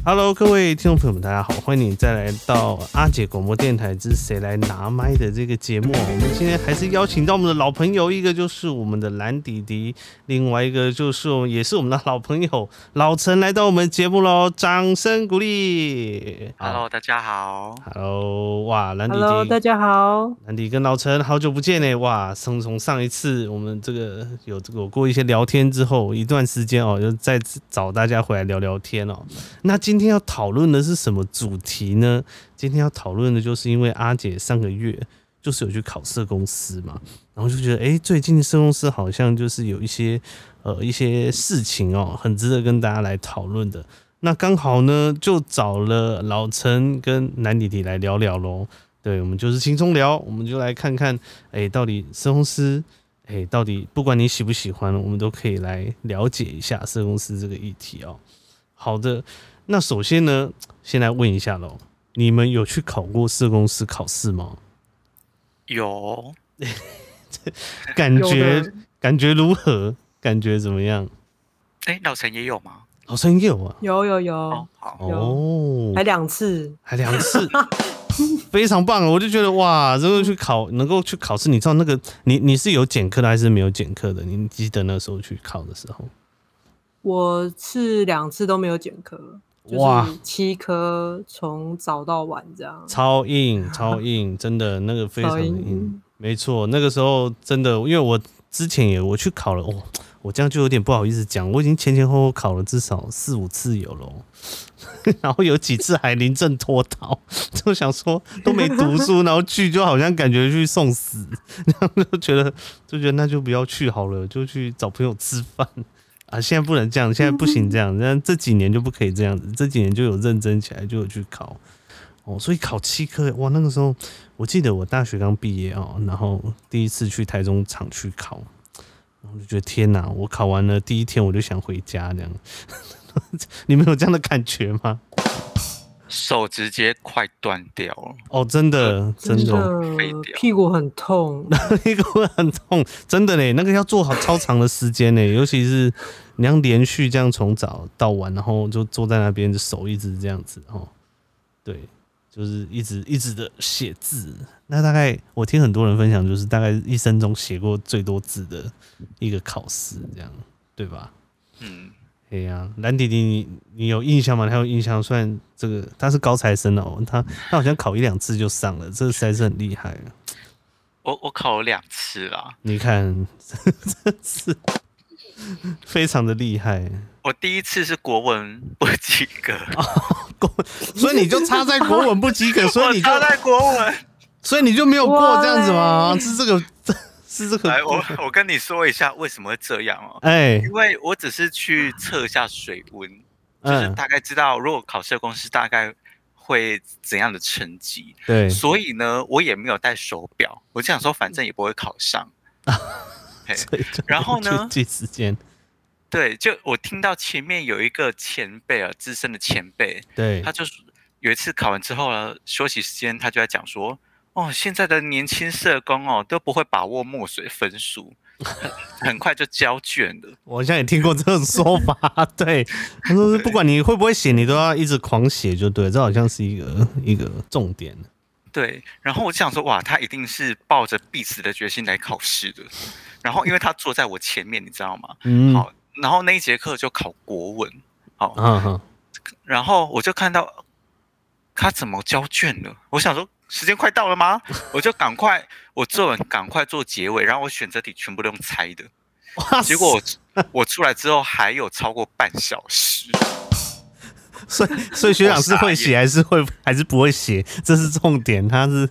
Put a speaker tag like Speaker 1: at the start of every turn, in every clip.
Speaker 1: Hello， 各位听众朋友们，大家好，欢迎你再来到阿姐广播电台之谁来拿麦的这个节目。我们今天还是邀请到我们的老朋友，一个就是我们的蓝弟弟，另外一个就是也是我们的老朋友老陈来到我们节目喽，掌声鼓励。
Speaker 2: Hello， 大家好。
Speaker 1: Hello， 哇，蓝弟弟。
Speaker 3: Hello， 大家好。
Speaker 1: 蓝弟跟老陈好久不见呢，哇，从上一次我们有过一些聊天之后，一段时间哦，就再找大家回来聊聊天哦。那今天要讨论的是什么主题呢？今天要讨论的就是因为阿姐上个月就是有去考社公司嘛，然后就觉得最近社公司好像就是有一些事情哦，很值得跟大家来讨论的。那刚好呢，就找了老陈跟蓝弟弟来聊聊咯。对，我们就是轻松聊，我们就来看看，到底社公司，到底不管你喜不喜欢，我们都可以来了解一下社公司这个议题哦。好的，那首先呢，先来问一下咯，你们有去考过社公司考试吗？
Speaker 2: 有。
Speaker 1: 感觉如何？感觉怎么样？
Speaker 2: 老陈也有吗？
Speaker 1: 老陈也有啊。
Speaker 3: 有。
Speaker 2: 好
Speaker 3: 哦，还2次，
Speaker 1: 非常棒！我就觉得哇，能够去考试，你知道那个你是有减课的还是没有减课的？你记得那时候去考的时候？
Speaker 3: 我是2次都没有减课，就是7科从早到晚这样，
Speaker 1: 超硬，真的那个非常的硬，没错，那个时候真的，因为我之前我去考了哦。我这样就有点不好意思讲，我已经前后考了至少4-5次有了，然后有几次还临阵脱逃，就想说都没读书，然后去就好像感觉去送死，然后就觉得那就不要去好了，就去找朋友吃饭啊。现在不能这样，现在不行这样，这几年就不可以这样子，这几年就有认真起来，就有去考哦。所以考7科，哇，那个时候我记得我大学刚毕业哦，然后第一次去台中厂区考。我就觉得天哪！我考完了第1天我就想回家这样，你们有这样的感觉吗？
Speaker 2: 手直接快断掉了
Speaker 1: 哦，真的，
Speaker 3: 屁股很痛，
Speaker 1: 屁股很痛，真的嘞，那个要做好超长的时间嘞，尤其是你要连续这样从早到晚，然后就坐在那边，就手一直这样子哦，对。就是一直的写字，那大概我听很多人分享，就是大概一生中写过最多字的一个考试，这样对吧？蓝弟弟，你有印象吗？他有印象，虽然这个他是高材生哦，他好像考1-2次就上了，这实在是很厉害了。
Speaker 2: 我考了2次啦，
Speaker 1: 你看，这是非常的厉害。
Speaker 2: 我第1次是国文不及格，
Speaker 1: 所以你就差在国文不及格，所以你就
Speaker 2: 差在国文，
Speaker 1: 所以你就没有过这样子吗？是这个。
Speaker 2: 来，我跟你说一下为什么会这样哦。因为我只是去测一下水温，就是大概知道如果考社公司大概会怎样的成绩。
Speaker 1: 对，
Speaker 2: 所以呢，我也没有带手表，我就想说反正也不会考上。然后呢，
Speaker 1: 记时间。
Speaker 2: 对，就我听到前面有一个前辈啊，资深的前辈，
Speaker 1: 对，
Speaker 2: 他就有一次考完之后呢，休息时间他就在讲说，现在的年轻社工都不会把握墨水分数，很快就交卷了。
Speaker 1: 我好像也听过这种说法，对，他说不管你会不会写，你都要一直狂写就对，这好像是一个重点。
Speaker 2: 对，然后我就想说，哇，他一定是抱着必死的决心来考试的。然后因为他坐在我前面，你知道吗？好。然后那一节课就考国文，然后我就看到他怎么交卷了，我想说时间快到了吗？我就我作文赶快做结尾，然后我选择题全部都用猜的，结果我出来之后还有超过半小时。
Speaker 1: 所以学长是会写还是不会写，这是重点，他是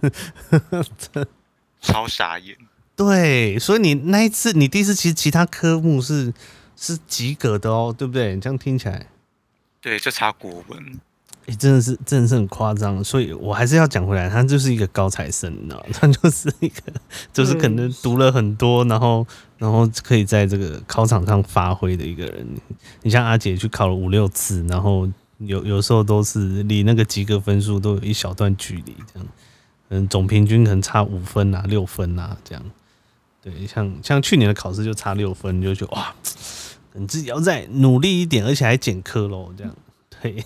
Speaker 2: 超傻眼。对，
Speaker 1: 所以你那一次你第一次其实其他科目是及格的哦，对不对？这样听起来，
Speaker 2: 对，就差国文。
Speaker 1: 真的是很夸张，所以我还是要讲回来，他就是一个高材生，你知道，他就是一个就是可能读了很多，然后可以在这个考场上发挥的一个人。你像阿姐去考了5-6次，然后有时候都是离那个及格分数都有一小段距离，这样，总平均可能差5分啊、6分啊这样。对，像去年的考试就差6分，就觉得哇，你自己要再努力一点，而且还减科咯，这样。 对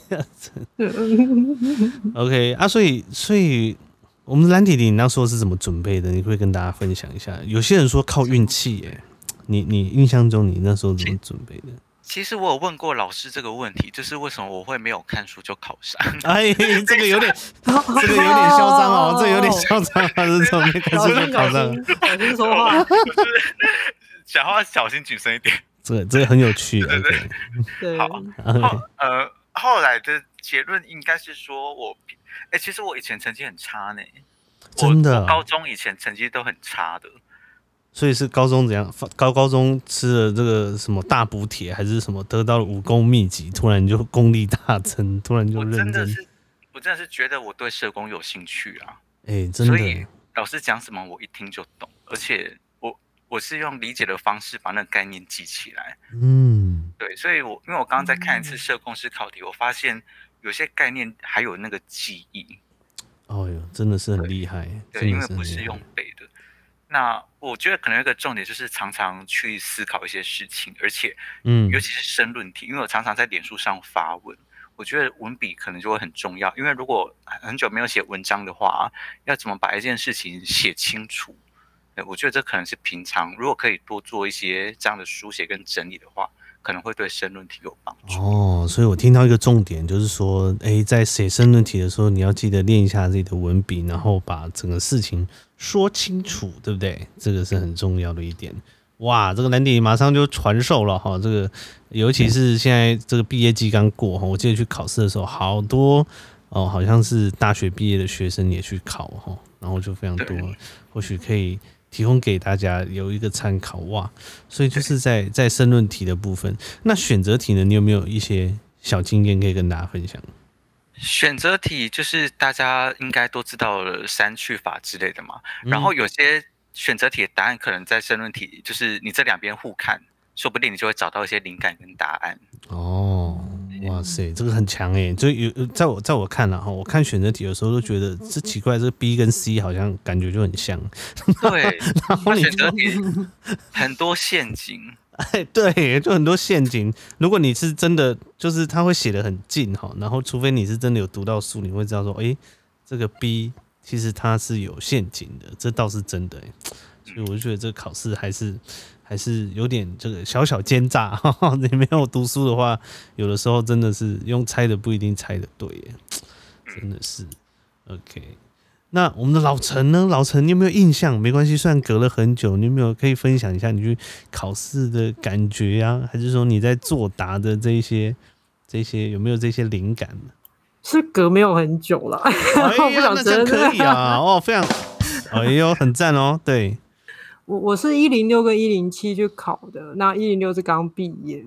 Speaker 1: ，OK 啊，所以我们蓝弟弟，你那时候是怎么准备的？你会跟大家分享一下？有些人说靠运气，耶，你印象中你那时候怎么准备的？
Speaker 2: 其实我有问过老师这个问题，就是为什么我会没有看书就考上？
Speaker 1: 哎，这个有点嚣张哦，这个有点嚣张啊！这种没看书就考上，
Speaker 3: 小心说话，
Speaker 2: 讲话小心谨慎一点。
Speaker 1: 这个很有趣，
Speaker 3: 对，
Speaker 2: 好，后来的结论应该是说其实我以前成绩很差呢，
Speaker 1: 真的，
Speaker 2: 我高中以前成绩都很差的。
Speaker 1: 所以是高中怎样？高中吃了这个什么大补帖，还是什么得到了武功秘籍，突然就功力大增，突然就认真。
Speaker 2: 我真的是觉得我对社工有兴趣啊！
Speaker 1: 真的。
Speaker 2: 所以老师讲什么我一听就懂，而且我是用理解的方式把那个概念记起来。对，所以因为我刚刚在看一次社工思考题，我发现有些概念还有那个记忆。
Speaker 1: 哦哟，真的是很厉害。
Speaker 2: 对，因为不是用背的。那我觉得可能有一个重点就是常常去思考一些事情，而且尤其是申论题，因为我常常在脸书上发文，我觉得文笔可能就会很重要，因为如果很久没有写文章的话，要怎么把一件事情写清楚？我觉得这可能是平常如果可以多做一些这样的书写跟整理的话，可能会对申论题有帮助。
Speaker 1: 所以我听到一个重点就是说，在写申论题的时候，你要记得练一下自己的文笔，然后把整个事情说清楚，对不对？这个是很重要的一点。哇，这个蓝弟马上就传授了哈，这个尤其是现在这个毕业季刚过，我记得去考试的时候，好多好像是大学毕业的学生也去考哈，然后就非常多，或许可以提供给大家有一个参考哇。所以就是在申论题的部分，那选择题呢，你有没有一些小经验可以跟大家分享？
Speaker 2: 选择题就是大家应该都知道了删去法之类的嘛，然后有些选择题的答案可能在申论题，就是你这两边互看，说不定你就会找到一些灵感跟答案。
Speaker 1: 哇塞，这个很强耶！就在我看了哈，我看选择题有时候都觉得这奇怪，这 B 跟 C 好像感觉就很像。
Speaker 2: 对，
Speaker 1: 然后
Speaker 2: 选择题很多陷阱。
Speaker 1: 对，就很多陷阱。如果你是真的，就是他会写得很近哈，然后除非你是真的有读到书，你会知道说，这个 B 其实它是有陷阱的，这倒是真的。所以我就觉得这个考试还是有点这个小小奸诈。你没有读书的话，有的时候真的是用猜的不一定猜的对耶，真的是。OK。那我们的老陈呢？老陈，你有没有印象？没关系，虽然隔了很久，你有没有可以分享一下你去考试的感觉呀？还是说你在作答的这些有没有这些灵感？
Speaker 3: 是隔没有很久了。
Speaker 1: 哎呀，那真可以啊！非常，很赞哦。对，
Speaker 3: 我是106跟107去考的，那106是刚毕业。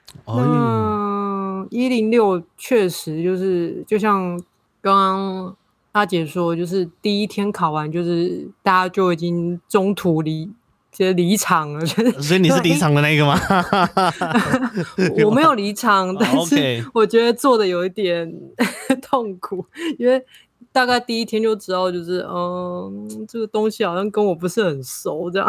Speaker 3: 那106确实就像刚刚阿姐说，就是第一天考完，就是大家就已经中途离场了。
Speaker 1: 所以你是离场的那个吗？
Speaker 3: 我没有离场，但是我觉得做的有一点痛苦，因为大概第一天就知道，就是这个东西好像跟我不是很熟，这样。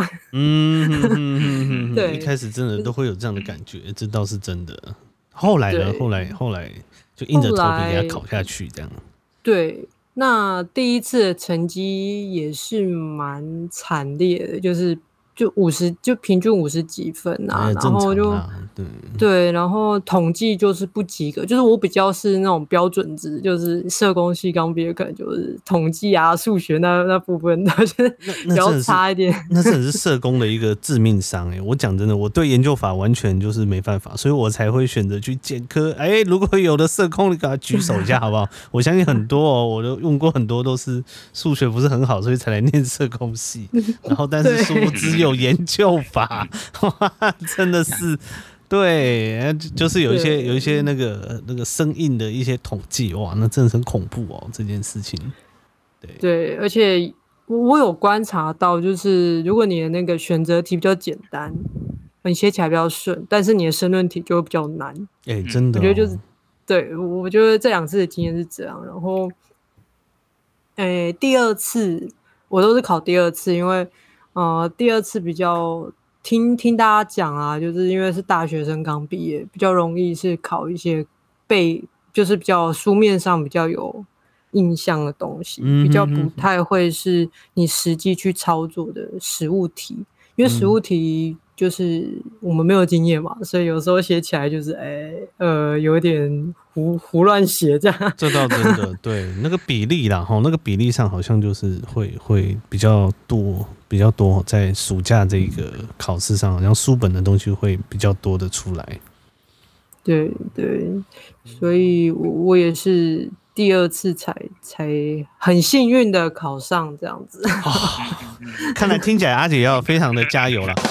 Speaker 3: 对，
Speaker 1: 一开始真的都会有这样的感觉，这倒是真的。后来呢？后来就硬着头皮给他考下去，这样。
Speaker 3: 对。那第一次的成绩也是蛮惨烈的，就平均50几分啊，然后就对，然后统计就是不及格，就是我比较是那种标准值，就是社工系刚毕业，可能就是统计啊、数学那部分的，就是比较差一点。
Speaker 1: 那真的是社工的一个致命伤我讲真的，我对研究法完全就是没办法，所以我才会选择去检科。如果有的社工，你给他举手一下好不好？我相信很多我都用过很多都是数学不是很好，所以才来念社工系，然后但是殊不知有研究法，真的是对，就是有一些那个生硬的一些统计，哇，那真的很恐怖这件事情。
Speaker 3: 对，而且我有观察到，就是如果你的那个选择题比较简单，你写起来比较顺，但是你的申论题就会比较难。
Speaker 1: 真的，
Speaker 3: 我觉得就是对，我觉得这2次的经验是这样。然后，第2次我都是考第2次，因为第2次比较听大家讲啊，就是因为是大学生刚毕业，比较容易是考一些就是比较书面上比较有印象的东西，比较不太会是你实际去操作的实务题，因为实务题就是我们没有经验嘛，所以有时候写起来就是有点胡乱写这样。
Speaker 1: 这倒真的，对那个比例啦，那个比例上好像就是会比较多，在暑假这个考试上，好像书本的东西会比较多的出来。对
Speaker 3: 对，所以我也是第2次才很幸运的考上这样子。
Speaker 1: 看来听起来阿姐要非常的加油啦。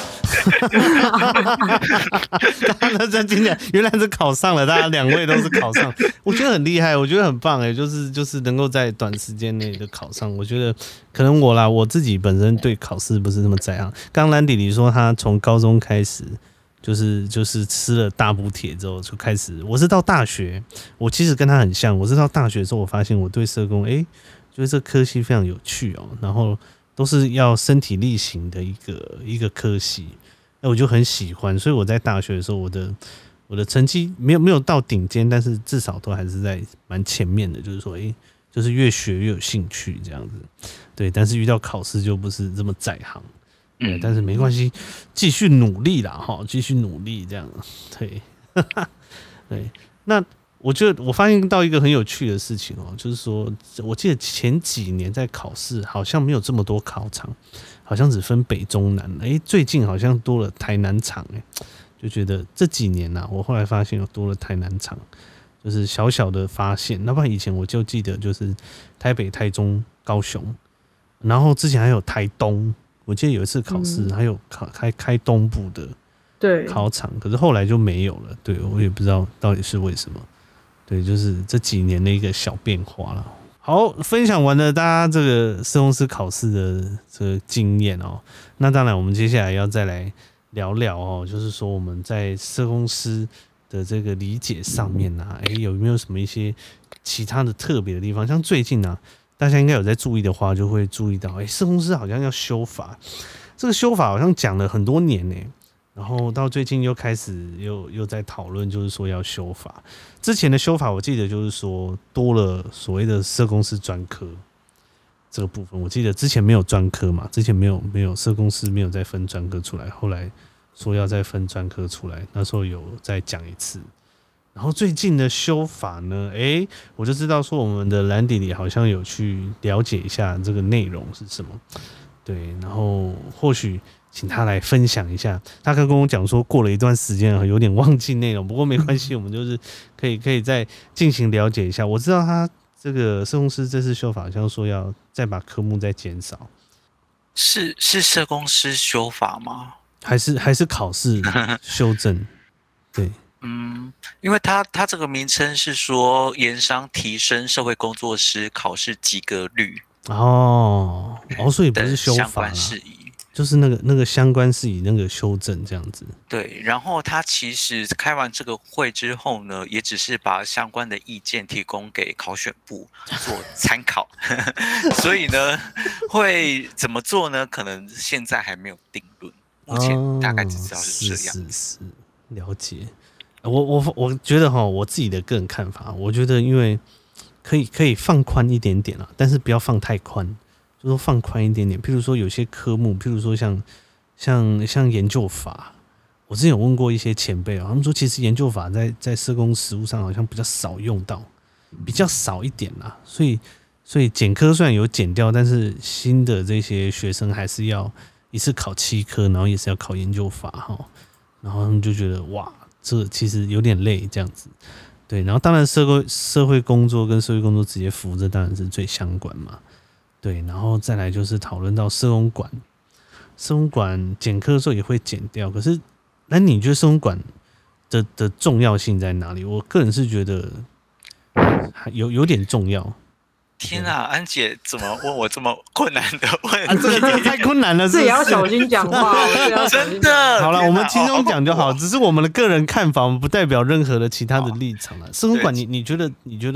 Speaker 1: 大家真听起来原来是考上了，大家2位都是考上，我觉得很厉害，我觉得很棒就是能够在短时间内的考上。我觉得可能我自己本身对考试不是那么在行。刚兰迪里说他从高中开始就是吃了大补帖之后就开始，我是到大学，我其实跟他很像，我是到大学的时候我发现我对社工觉得这科系非常有趣然后都是要身体力行的一个科系，我就很喜欢，所以我在大学的时候我的成绩没有到顶尖，但是至少都还是在蛮前面的，就是说就是越学越有兴趣这样子，对，但是遇到考试就不是这么在行。但是没关系，继续努力啦，继续努力这样，对，对。那我觉得我发现到一个很有趣的事情就是说，我记得前几年在考试好像没有这么多考场，好像只分北中南，最近好像多了台南场，就觉得这几年我后来发现有多了台南场，就是小小的发现。那不然以前我就记得就是台北、台中、高雄，然后之前还有台东。我记得有一次考试还有开东部的考场，可是后来就没有了。对，我也不知道到底是为什么。对，就是这几年的一个小变化了。好，分享完了大家这个社工师考试的这个经验那当然我们接下来要再来聊聊就是说我们在社工师的这个理解上面有没有什么一些其他的特别的地方？像最近大家应该有在注意的话，就会注意到，社工师好像要修法，这个修法好像讲了很多年呢，然后到最近又开始又在讨论，就是说要修法。之前的修法我记得就是说多了所谓的社工师专科这个部分，我记得之前没有专科嘛，之前没有社工师没有再分专科出来，后来说要再分专科出来，那时候有再讲一次。然后最近的修法呢，我就知道说我们的兰迪里好像有去了解一下这个内容是什么，对，然后或许请他来分享一下。他刚跟我讲说过了一段时间有点忘记内容，不过没关系，我们就是可以再进行了解一下。我知道他这个社工师这次修法好像说要再把科目再减少，
Speaker 2: 是社工师修法吗？
Speaker 1: 还是考试修正？对。
Speaker 2: 因为他这个名称是说研商提升社会工作师考试及格率
Speaker 1: 所以不是修法啦，就是那个相关事宜那个修正这样子。
Speaker 2: 对，然后他其实开完这个会之后呢，也只是把相关的意见提供给考选部做参考，所以呢，会怎么做呢？可能现在还没有定论，目前大概只知道是这样。
Speaker 1: 是了解。我觉得我自己的个人看法，我觉得因为可以放宽一点点但是不要放太宽，就说放宽一点点。譬如说有些科目，譬如说像研究法，我之前有问过一些前辈他们说其实研究法在社工实务上好像比较少用到，比较少一点啦。所以减科虽然有减掉，但是新的这些学生还是要一次考7科，然后也是要考研究法然后他们就觉得哇。这其实有点累，这样子，对。然后当然社会工作跟社会工作职业服务，这当然是最相关嘛，对。然后再来就是讨论到社工管减科的时候也会减掉，可是那你觉得社工管的重要性在哪里？我个人是觉得有点重要。
Speaker 2: 天啊，安姐怎么问我这么困难的问题？
Speaker 1: 这个太困难了，
Speaker 3: 这也要小心讲话，
Speaker 2: 真的。
Speaker 1: 好了，我们轻松讲就好，只是我们的个人看法，我们不代表任何的其他的立场了。社工管，你觉得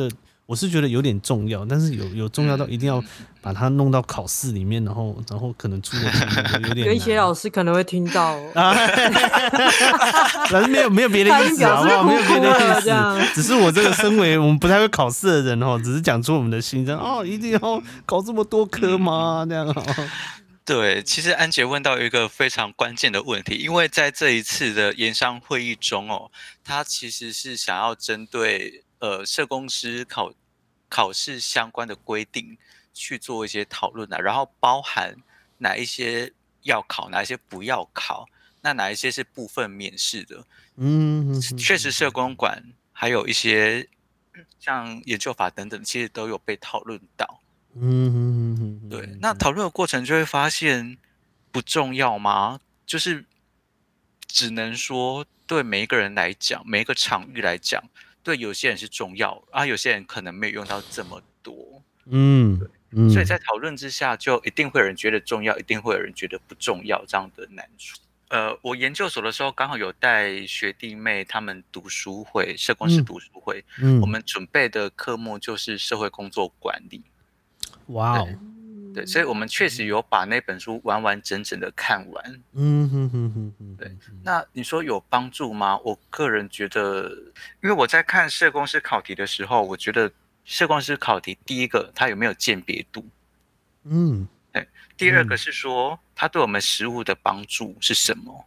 Speaker 1: 我是觉得有点重要，但是有重要到一定要把它弄到考试里面，然后可能出的题目有点难。
Speaker 3: 有一些老师可能会听到
Speaker 1: 老师没有别的意思，好不好？没有别的意思，只是我这个身为我们不太会考试的人只是讲出我们的心声一定要考这么多科吗？这样
Speaker 2: 对，其实安杰问到一个非常关键的问题，因为在这一次的研商会议中他其实是想要针对社工师考试相关的规定去做一些讨论然后包含哪一些要考，哪一些不要考，那哪一些是部分免试的。确实社工馆还有一些像研究法等等，其实都有被讨论到。对，那讨论的过程就会发现不重要吗？就是只能说对每一个人来讲，每一个场域来讲，对有些人是重要有些人可能没有用到这么多。所以在讨论之下，就一定会有人觉得重要，一定会有人觉得不重要，这样的难处。我研究所的时候刚好有带学弟妹他们读书会，社工师读书会，我们准备的科目就是社会工作管理。
Speaker 1: 哇哦！
Speaker 2: 对，所以我们确实有把那本书完完整整的看完。对，那你说有帮助吗？我个人觉得，因为我在看社工师考题的时候，我觉得社工师考题第一个它有没有鉴别度？对，第二个是说它对我们实务的帮助是什么？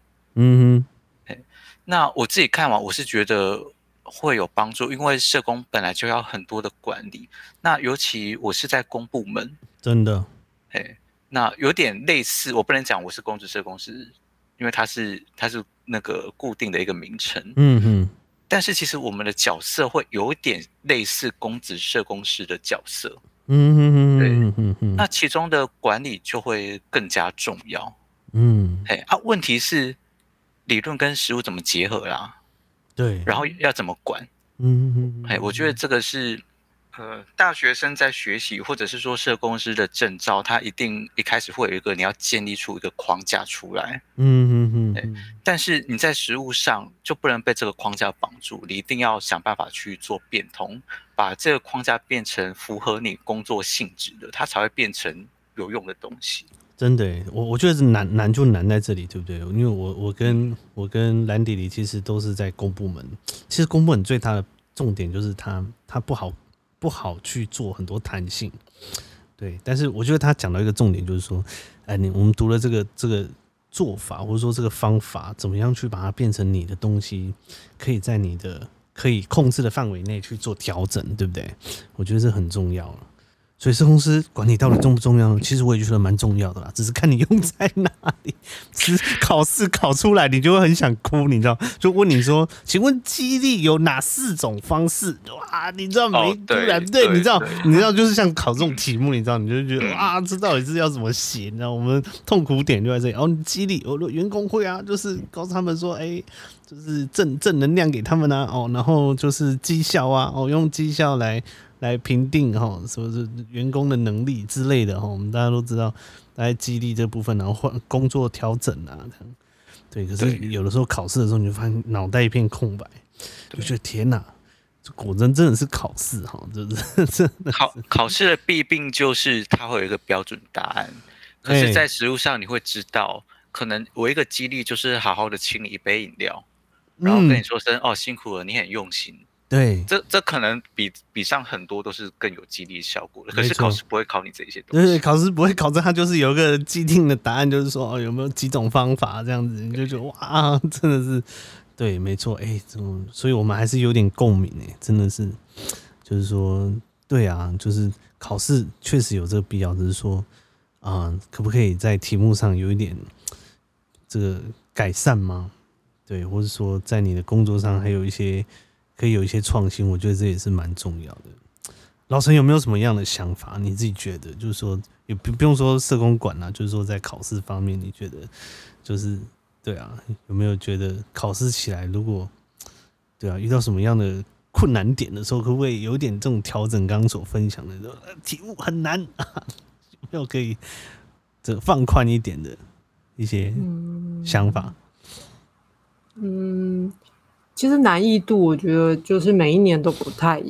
Speaker 2: 那我自己看完，我是觉得会有帮助，因为社工本来就要很多的管理，那尤其我是在公部门，
Speaker 1: 真的，
Speaker 2: 那有点类似，我不能讲我是公职社工师，因为它是那个固定的一个名称，但是其实我们的角色会有点类似公职社工师的角色，那其中的管理就会更加重要，问题是理论跟实务怎么结合啦？
Speaker 1: 对，
Speaker 2: 然后要怎么管？我觉得这个是大学生在学习，或者是说社工师的证照，他一定一开始会有一个你要建立出一个框架出来。但是你在实务上就不能被这个框架绑住，你一定要想办法去做变通，把这个框架变成符合你工作性质的，它才会变成有用的东西。
Speaker 1: 真的耶，我觉得是难就难在这里，对不对？因为我跟蓝弟弟其实都是在公部门，其实公部门最大的重点就是它不好去做很多弹性，对。但是我觉得他讲到一个重点，就是说，我们读了这个做法，或者说这个方法，怎么样去把它变成你的东西，可以在你的可以控制的范围内去做调整，对不对？我觉得这很重要了。所以社工师管理到底重不重要呢？其实我也觉得蛮重要的啦，只是看你用在哪里。其实考试考出来，你就会很想哭，你知道？就问你说，请问激励有哪4种方式？哇，你知道没？对，你知道，就是像考这种题目，你知道，你就觉得哇，这到底是要怎么写？你知道，我们痛苦点就在这里。激励，员工会就是告诉他们说，就是正能量给他们啊，然后就是绩效啊，用绩效来评定什么是员工的能力之类的我们大家都知道，来激励这部分，然后工作调整啊，对。可是有的时候考试的时候，你就发现脑袋一片空白，就觉得天哪，这果真的是考试就是
Speaker 2: 考试的弊病就是它会有一个标准答案，可是在实务上你会知道，可能我一个激励就是好好的请你一杯饮料，然后跟你说声辛苦了，你很用心。
Speaker 1: 对，
Speaker 2: 这可能比上很多都是更有激励效果的。可是考试不会考你这些东西。
Speaker 1: 对，考试不会考这，它就是有一个既定的答案，就是说有没有几种方法这样子，你就觉得哇，真的是对，没错，所以我们还是有点共鸣真的是，就是说，对啊，就是考试确实有这个必要，只是说可不可以在题目上有一点这个改善吗？对，或者说在你的工作上还有一些。可以有一些创新，我觉得这也是蛮重要的。老陈有没有什么样的想法？你自己觉得，就是说也不用说社工管就是说在考试方面，你觉得就是对啊，有没有觉得考试起来，如果对啊遇到什么样的困难点的时候，可不可以有点这种调整？刚刚所分享的题目很难，有没有可以这放宽一点的一些想法？
Speaker 3: 其实难易度我觉得就是每一年都不太一样啦，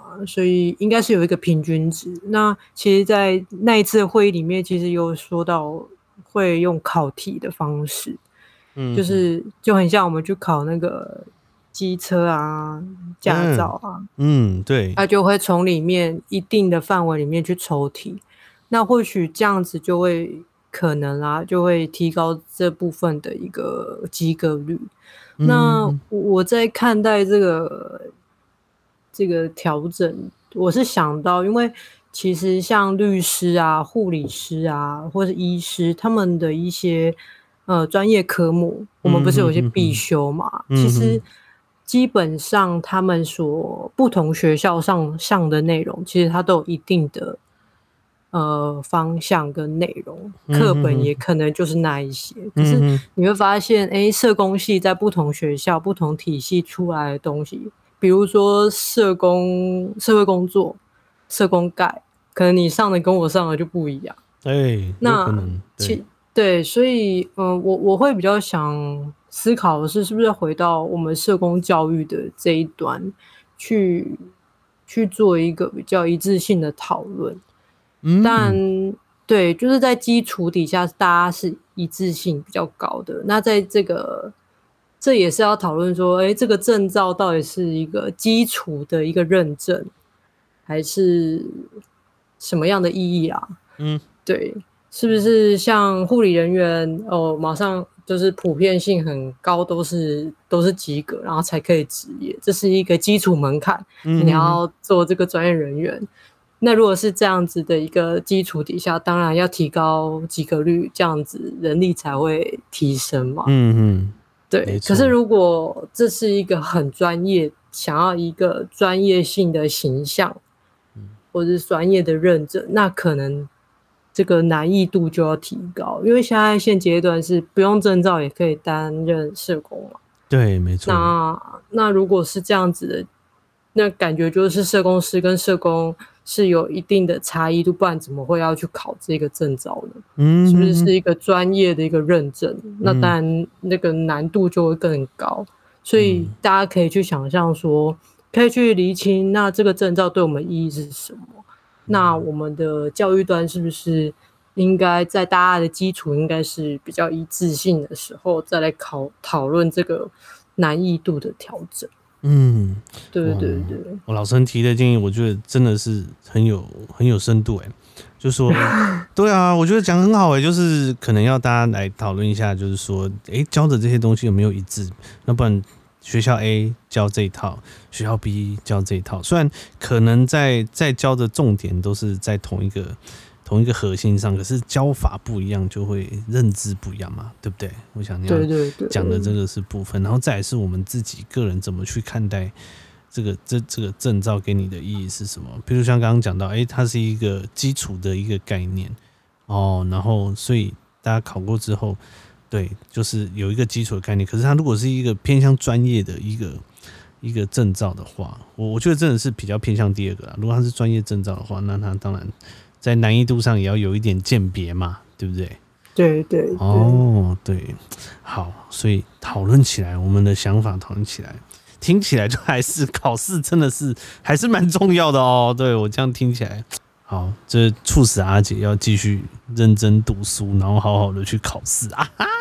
Speaker 3: 所以应该是有一个平均值。那其实在那一次的会议里面，其实有说到会用考题的方式，就很像我们去考那个机车啊、驾照啊，
Speaker 1: 对，
Speaker 3: 它就会从里面一定的范围里面去抽题，那或许这样子就会可能啊，就会提高这部分的一个及格率。那我在看待这个调整，我是想到，因为其实像律师啊、护理师啊，或是医师，他们的一些专业科目，我们不是有些必修嘛？其实基本上他们所不同学校上的内容，其实它都有一定的方向跟内容，课本也可能就是那一些。可是你会发现，社工系在不同学校、不同体系出来的东西，比如说社会工作、社工概，可能你上的跟我上的就不一样。
Speaker 1: 那可能
Speaker 3: 对，所以我会比较想思考的是不是回到我们社工教育的这一端去做一个比较一致性的讨论。但对，就是在基础底下，大家是一致性比较高的。那在这也是要讨论说，这个证照到底是一个基础的一个认证，还是什么样的意义啊？对，是不是像护理人员马上就是普遍性很高，都是及格，然后才可以执业，这是一个基础门槛。你要做这个专业人员。那如果是这样子的一个基础底下，当然要提高及格率，这样子人力才会提升嘛。对。可是如果这是一个很专业，想要一个专业性的形象，或者是专业的认证，那可能这个难易度就要提高，因为现阶段是不用证照也可以担任社工嘛。
Speaker 1: 对，没错。
Speaker 3: 那如果是这样子的，那感觉就是社工师跟社工是有一定的差异度，不然怎么会要去考这个证照呢？是不是一个专业的一个认证？那当然那个难度就会更高，所以大家可以去想象说，可以去厘清那这个证照对我们意义是什么？那我们的教育端是不是应该在大家的基础应该是比较一致性的时候，再来讨论这个难易度的调整？对，
Speaker 1: 我老陈提的建议，我觉得真的是很有深度就说对啊，我觉得讲很好就是可能要大家来讨论一下，就是说教的这些东西有没有一致？那不然学校 A 教这一套，学校 B 教这一套，虽然可能在教的重点都是在同一个核心上，可是教法不一样，就会认知不一样嘛，对不对？我想你要讲的这个是部分，然后再来是我们自己个人怎么去看待这个证照给你的意义是什么？比如像刚刚讲到，它是一个基础的一个概念然后所以大家考过之后，对，就是有一个基础的概念。可是它如果是一个偏向专业的一个证照的话，我觉得真的是比较偏向第二个啦。如果它是专业证照的话，那它当然在难易度上也要有一点鉴别嘛，对不对？
Speaker 3: 对。
Speaker 1: 对，好，所以讨论起来，我们的想法讨论起来，听起来就还是考试真的是还是蛮重要的对，我这样听起来，好，这促使阿姐要继续认真读书，然后好好的去考试啊哈。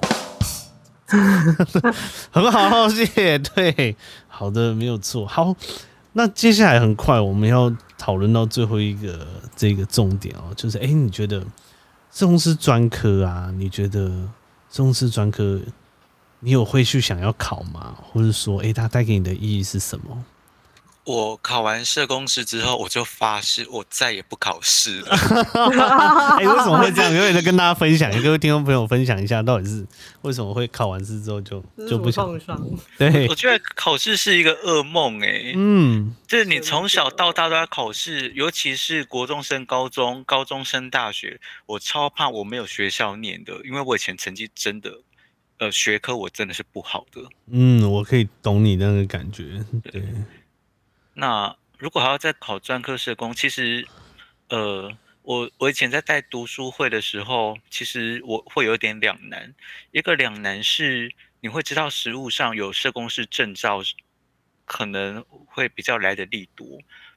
Speaker 1: 很好，谢谢。对，好的，没有错。好，那接下来很快我们要讨论到最后一个这个重点就是你觉得社工师专科啊？你觉得社工师专科你有会去想要考吗？或者说它带给你的意义是什么？
Speaker 2: 我考完社工师之后，我就发誓我再也不考试了。
Speaker 1: 为什么会这样？有点在跟大家分享，各位听众朋友分享一下，到底是为什么会考完试之后就不想？对，
Speaker 2: 我觉得考试是一个噩梦就是你从小到大都在考试，尤其是国中升高中，高中升大学，我超怕我没有学校念的，因为我以前成绩真的，学科我真的是不好的。
Speaker 1: 我可以懂你那个感觉，对。
Speaker 2: 那如果还要再考专科社工，其实，我以前在带读书会的时候，其实我会有点两难。一个两难是，你会知道实务上有社工师证照，可能会比较来的利多。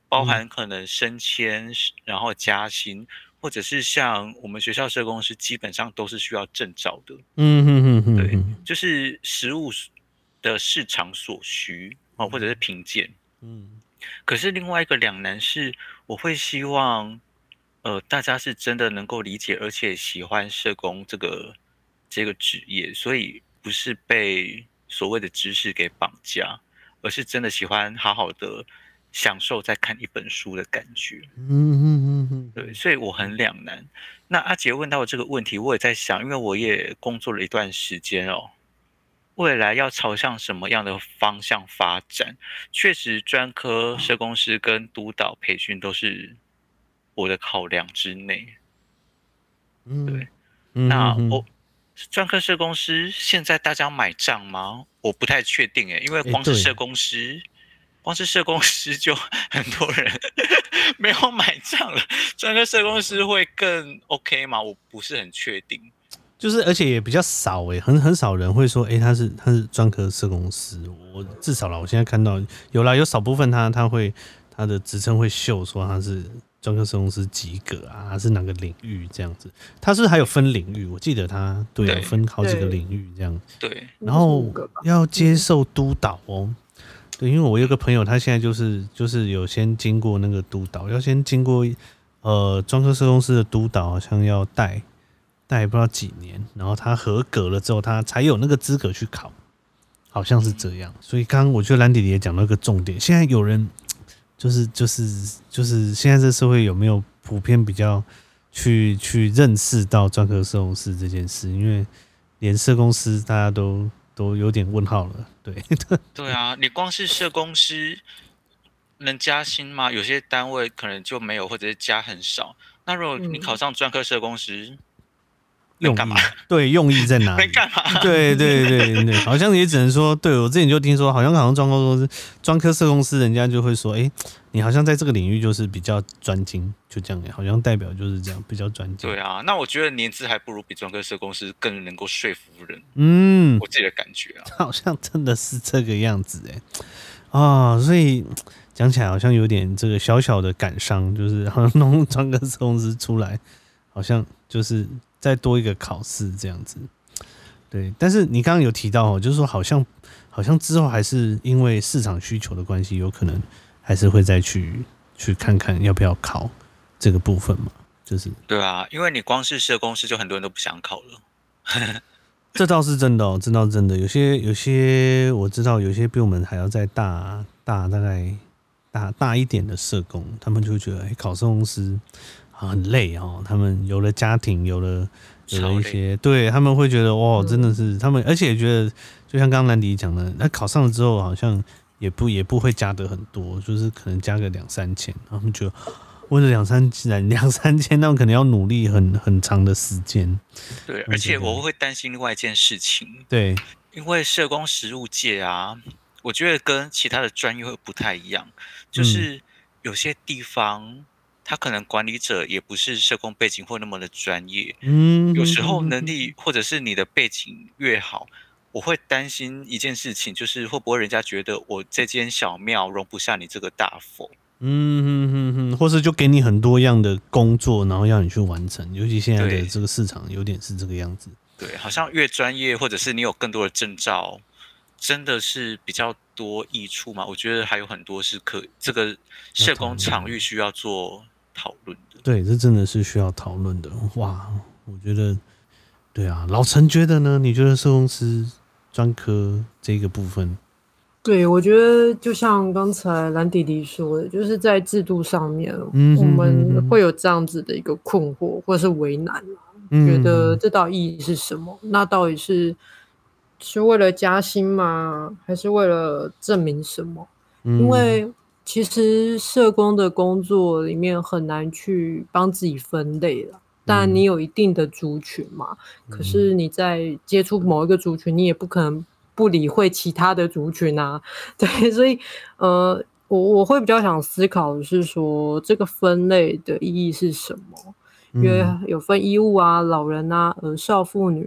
Speaker 2: 包含可能升迁，然后加薪，或者是像我们学校社工师基本上都是需要证照的。对，就是实务的市场所需或者是评鉴。可是另外一个两难是，我会希望大家是真的能够理解，而且喜欢社工这个职业，所以不是被所谓的知识给绑架，而是真的喜欢好好的享受在看一本书的感觉。对，所以我很两难。那阿杰问到这个问题，我也在想，因为我也工作了一段时间哦，未来要朝向什么样的方向发展？确实，专科社工师跟督导培训都是我的考量之内。对，那我专科社工师现在大家买账吗？我不太确定因为光是社工师。光是社工师就很多人没有买账了，专科社工师会更 OK 吗？我不是很确定。
Speaker 1: 就是而且也比较少很少人会说他是专科社工师。我至少啦，我现在看到有少部分他的职称会秀说他是专科社工师及格啊，他是哪个领域这样子。他是不是还有分领域？我记得他对分好几个领域这样。
Speaker 2: 对，
Speaker 1: 然后要接受督导对，因为我有个朋友，他现在就是有先经过那个督导，要先经过专科社工师的督导，好像要带不知道几年，然后他合格了之后，他才有那个资格去考，好像是这样。所以刚刚我觉得蓝弟弟也讲到一个重点，现在有人就是现在这社会有没有普遍比较去认识到专科社工师这件事？因为连社工师大家都有点问号了。
Speaker 2: 对啊，你光是社工师能加薪吗？有些单位可能就没有，或者是加很少。那如果你考上专科社工师，能干嘛？
Speaker 1: 对，用意在哪里？
Speaker 2: 能干嘛？
Speaker 1: 对，好像也只能说，对我之前就听说，好像专科社工师，人家就会说，你好像在这个领域就是比较专精，就这样，好像代表就是这样比较专精。
Speaker 2: 对啊，那我觉得年资还不如比专科社工师更能够说服人。我自己的感觉
Speaker 1: 好像真的是这个样子所以讲起来好像有点这个小小的感伤，就是好像弄专科社工师出来，好像就是再多一个考试这样子。对，但是你刚刚有提到就是说好像之后还是因为市场需求的关系，有可能还是会再去看看要不要考这个部分嘛，就是
Speaker 2: 对啊，因为你光是社工师就很多人都不想考了。
Speaker 1: 这倒是真的这倒是真的。有些我知道，有些比我们还要再大大概大一点的社工，他们就会觉得考社工师很累他们有了家庭，有了一些，对，他们会觉得哇，真的是他们，而且觉得就像刚刚兰迪讲的，那考上了之后好像也不会加得很多，就是可能加个2-3千，他们觉得为了两三千，那可能要努力很长的时间。
Speaker 2: 对，而且我会担心另外一件事情。
Speaker 1: 对，
Speaker 2: 因为社工实务界我觉得跟其他的专业会不太一样，就是有些地方他可能管理者也不是社工背景或那么的专业。有时候能力或者是你的背景越好，我会担心一件事情，就是会不会人家觉得我这间小庙容不下你这个大佛。
Speaker 1: 或是就给你很多样的工作，然后要你去完成，尤其现在的这个市场有点是这个样子。
Speaker 2: 对，好像越专业或者是你有更多的证照，真的是比较多益处嘛？我觉得还有很多是这个社工场域需要做讨论的。
Speaker 1: 对，这真的是需要讨论的。哇，我觉得，对啊，老陈觉得呢？你觉得社工师专科这个部分？
Speaker 3: 对，我觉得就像刚才蓝弟弟说的，就是在制度上面，我们会有这样子的一个困惑或者是为难觉得这道意义是什么？那到底是为了加薪吗？还是为了证明什么？因为其实社工的工作里面很难去帮自己分类了。当然你有一定的族群嘛，可是你在接触某一个族群，你也不可能不理会其他的族群对，所以我会比较想思考的是说，这个分类的意义是什么？因为有分医务老人儿少妇女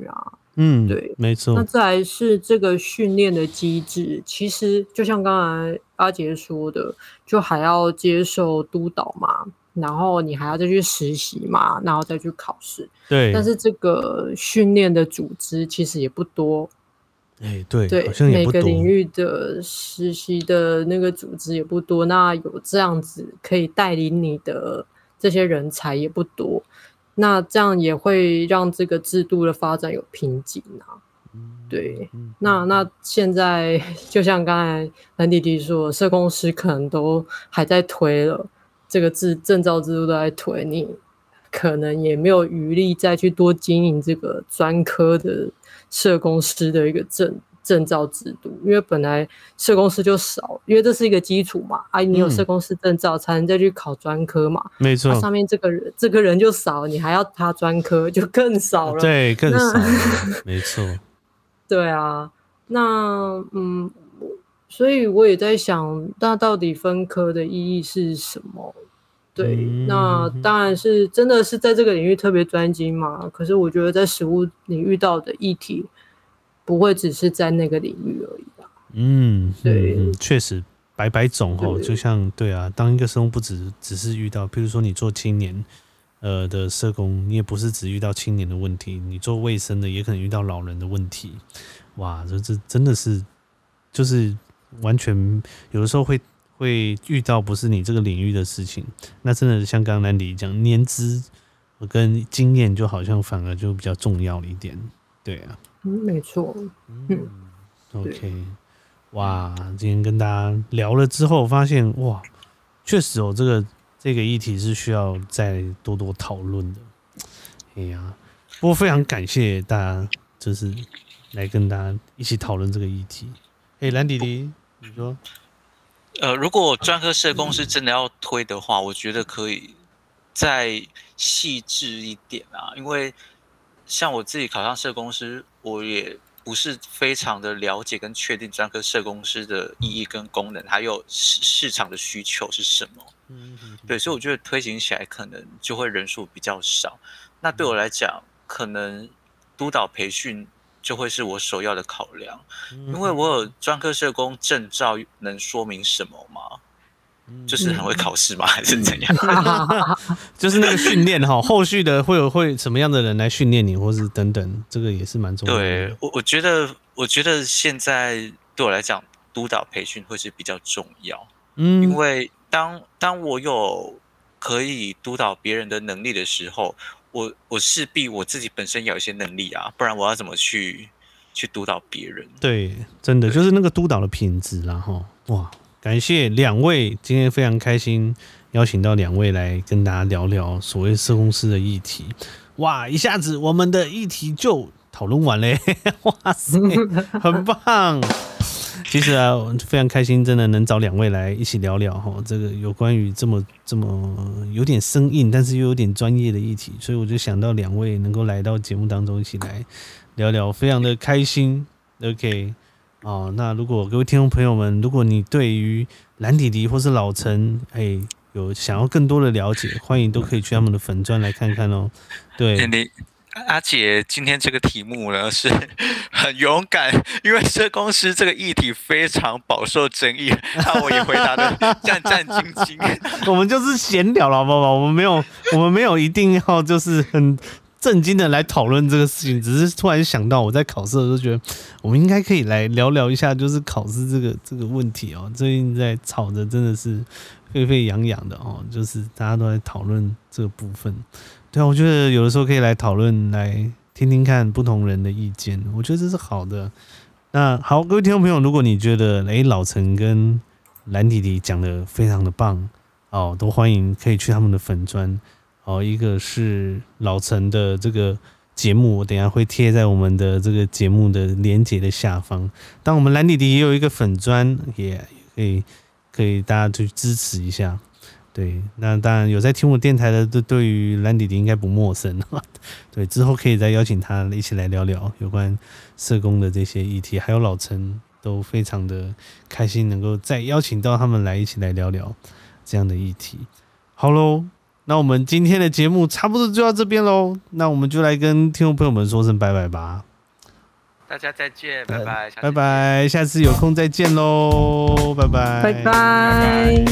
Speaker 3: 对，
Speaker 1: 没错。
Speaker 3: 那再来是这个训练的机制，其实就像刚才阿杰说的，就还要接受督导嘛，然后你还要再去实习嘛，然后再去考试。
Speaker 1: 对，
Speaker 3: 但是这个训练的组织其实也不多。
Speaker 1: 对，好像也不多。
Speaker 3: 每个领域的实习的那个组织也不多，那有这样子可以带领你的这些人才也不多，那这样也会让这个制度的发展有瓶颈啊。对，那现在就像刚才蓝弟弟说，社工师可能都还在推了，这个证照制度都在推，你可能也没有余力再去多经营这个专科的社工师的一个证照制度，因为本来社工师就少，因为这是一个基础嘛，你有社工师证照才能再去考专科嘛，
Speaker 1: 没错。
Speaker 3: 上面这个人就少，你还要他专科就更少了，
Speaker 1: 对，更少了，没错。
Speaker 3: 对啊，那所以我也在想，那到底分科的意义是什么？对，那当然是真的是在这个领域特别专精嘛。可是我觉得在实务你遇到的议题，不会只是在那个领域而已吧？对，
Speaker 1: 确实百种就像对啊，当一个社工不只是遇到，譬如说你做青年的社工，你也不是只遇到青年的问题，你做卫生的也可能遇到老人的问题。哇，这真的是就是完全有的时候会遇到不是你这个领域的事情，那真的像刚刚兰迪讲，年资跟经验就好像反而就比较重要了一点。对啊，
Speaker 3: 没错。
Speaker 1: OK， 哇，今天跟大家聊了之后，发现哇，确实这个议题是需要再多多讨论的。哎呀，不过非常感谢大家，就是来跟大家一起讨论这个议题。蓝弟弟，你说？
Speaker 2: 如果专科社工是真的要推的话，我觉得可以再细致一点啊。因为像我自己考上社工师，我也不是非常的了解跟确定专科社工师的意义跟功能，还有市场的需求是什么。对，所以我觉得推行起来可能就会人数比较少。那对我来讲，可能督导培训就会是我首要的考量，因为我有专科社工证照，能说明什么吗？就是很会考试吗？还是怎样？
Speaker 1: 就是那个训练后续的会什么样的人来训练你，或是等等，这个也是蛮重要的。
Speaker 2: 对，我觉得现在对我来讲，督导培训会是比较重要。因为当我有可以督导别人的能力的时候，我势必我自己本身有一些能力啊，不然我要怎么去督导别人？
Speaker 1: 对，真的就是那个督导的品质啦哇，感谢两位，今天非常开心邀请到两位来跟大家聊聊所谓社工师的议题。哇，一下子我们的议题就讨论完嘞，哇塞，很棒。其实啊，非常开心，真的能找两位来一起聊聊这个有关于这么有点生硬，但是又有点专业的议题，所以我就想到两位能够来到节目当中一起来聊聊，非常的开心。OK， 那如果各位听众朋友们，如果你对于蓝弟弟或是老陈，有想要更多的了解，欢迎都可以去他们的粉专来看看哦。对。
Speaker 2: 阿姐今天这个题目呢是很勇敢，因为社工师这个议题非常饱受争议，那我也回答的战战兢兢。
Speaker 1: 我们就是闲聊了，好不好？我们没有一定要就是很正经的来讨论这个事情，只是突然想到我在考试的时候觉得，我们应该可以来聊聊一下，就是考试这个问题哦。最近在吵着真的是沸沸扬扬的就是大家都在讨论这个部分。对啊，我觉得有的时候可以来讨论，来听听看不同人的意见，我觉得这是好的。那好，各位听众朋友，如果你觉得老陈跟蓝弟弟讲的非常的棒都欢迎可以去他们的粉专一个是老陈的这个节目，我等一下会贴在我们的这个节目的连结的下方。当我们蓝弟弟也有一个粉专，也可以大家去支持一下。对，那当然有在听我电台的，对于蓝弟弟应该不陌生。对，之后可以再邀请他一起来聊聊有关社工的这些议题，还有老陈都非常的开心能够再邀请到他们来一起来聊聊这样的议题。好咯，那我们今天的节目差不多就到这边咯，那我们就来跟听众朋友们说声拜拜吧。
Speaker 2: 大家再见，拜拜，
Speaker 1: 拜拜，下次有空再见喽，拜拜，
Speaker 3: 拜拜。